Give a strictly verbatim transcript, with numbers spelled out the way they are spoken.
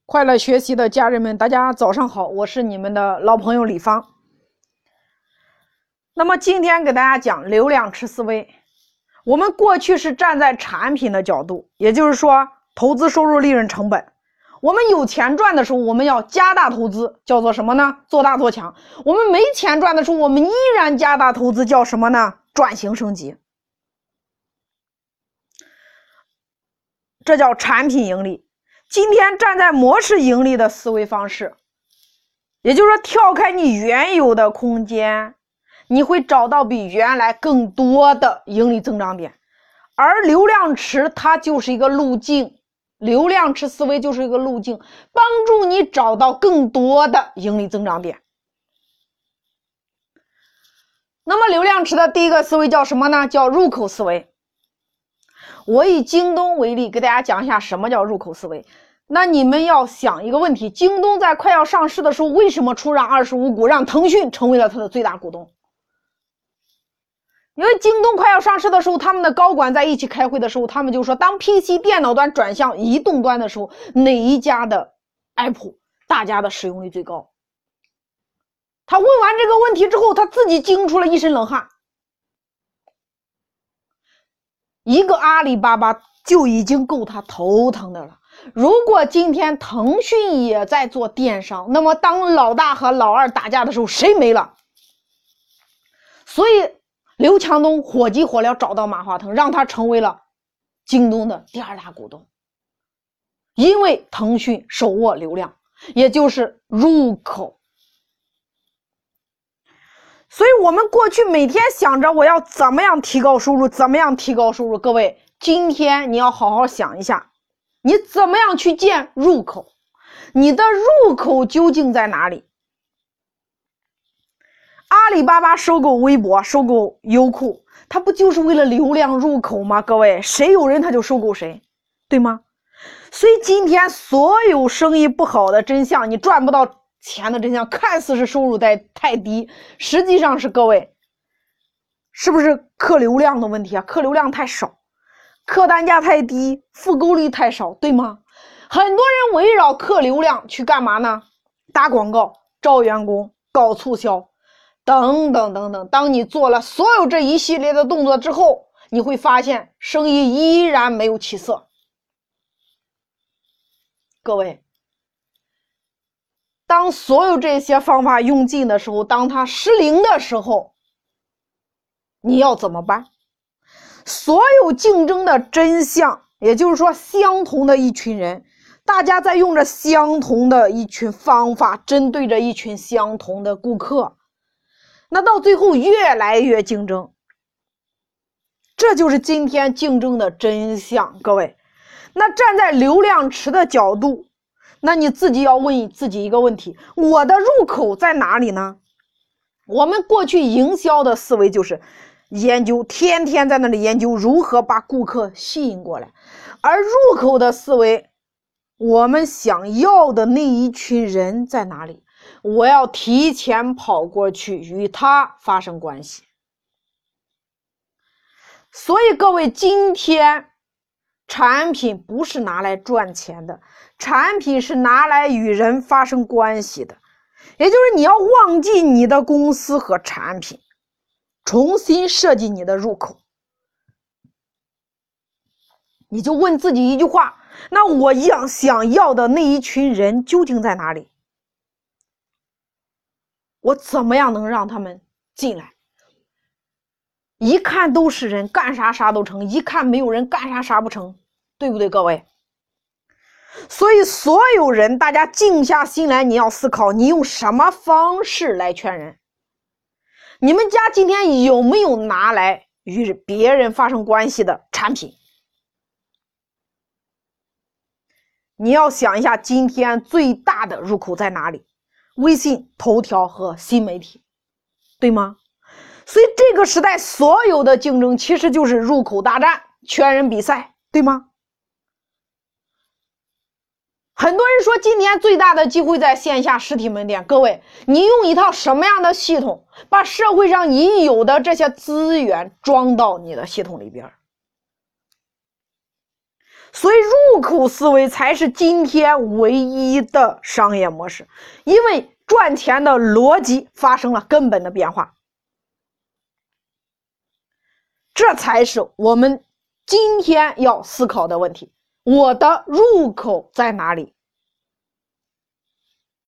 快乐学习的家人们，大家早上好，我是你们的老朋友李芳。那么今天给大家讲流量池思维。我们过去是站在产品的角度，也就是说投资收入利润成本。我们有钱赚的时候，我们要加大投资，叫做什么呢？做大做强。我们没钱赚的时候，我们依然加大投资，叫什么呢？转型升级。这叫产品盈利。今天站在模式盈利的思维方式，也就是说跳开你原有的空间，你会找到比原来更多的盈利增长点。而流量池它就是一个路径，流量池思维就是一个路径，帮助你找到更多的盈利增长点。那么流量池的第一个思维叫什么呢？叫入口思维。我以京东为例，给大家讲一下什么叫入口思维。那你们要想一个问题，京东在快要上市的时候，为什么出让二十五股，让腾讯成为了它的最大股东？因为京东快要上市的时候，他们的高管在一起开会的时候，他们就说，当 P C 电脑端转向移动端的时候，哪一家的 app 大家的使用率最高？他问完这个问题之后，他自己惊出了一身冷汗。一个阿里巴巴就已经够他头疼的了，如果今天腾讯也在做电商，那么当老大和老二打架的时候，谁没了？所以刘强东火急火燎找到马化腾，让他成为了京东的第二大股东。因为腾讯手握流量，也就是入口。所以我们过去每天想着我要怎么样提高收入，怎么样提高收入。各位，今天你要好好想一下，你怎么样去建入口？你的入口究竟在哪里？阿里巴巴收购微博，收购优酷，它不就是为了流量入口吗？各位，谁有人他就收购谁，对吗？所以今天所有生意不好的真相，你赚不到钱的真相，看似是收入太太低，实际上是各位是不是客流量的问题啊？客流量太少，客单价太低，复购率太少，对吗？很多人围绕客流量去干嘛呢？打广告，招员工，搞促销，等等等等。当你做了所有这一系列的动作之后，你会发现生意依然没有起色。各位，当所有这些方法用尽的时候，当它失灵的时候，你要怎么办？所有竞争的真相，也就是说相同的一群人，大家在用着相同的一群方法，针对着一群相同的顾客，那到最后越来越竞争。这就是今天竞争的真相。各位，那站在流量池的角度，那你自己要问自己一个问题，我的入口在哪里呢？我们过去营销的思维就是研究，天天在那里研究如何把顾客吸引过来。而入口的思维，我们想要的那一群人在哪里？我要提前跑过去与他发生关系。所以各位，今天产品不是拿来赚钱的，产品是拿来与人发生关系的。也就是你要忘记你的公司和产品，重新设计你的入口。你就问自己一句话，那我要想要的那一群人究竟在哪里？我怎么样能让他们进来？一看都是人，干啥啥都成；一看没有人，干啥啥不成，对不对各位？所以所有人，大家静下心来，你要思考，你用什么方式来劝人？你们家今天有没有拿来与别人发生关系的产品？你要想一下，今天最大的入口在哪里？微信、头条和新媒体，对吗？所以这个时代所有的竞争其实就是入口大战，劝人比赛，对吗？很多人说今天最大的机会在线下实体门店，各位，你用一套什么样的系统，把社会上已有的这些资源装到你的系统里边？ 所以入口思维才是今天唯一的商业模式，因为赚钱的逻辑发生了根本的变化。这才是我们今天要思考的问题。我的入口在哪里？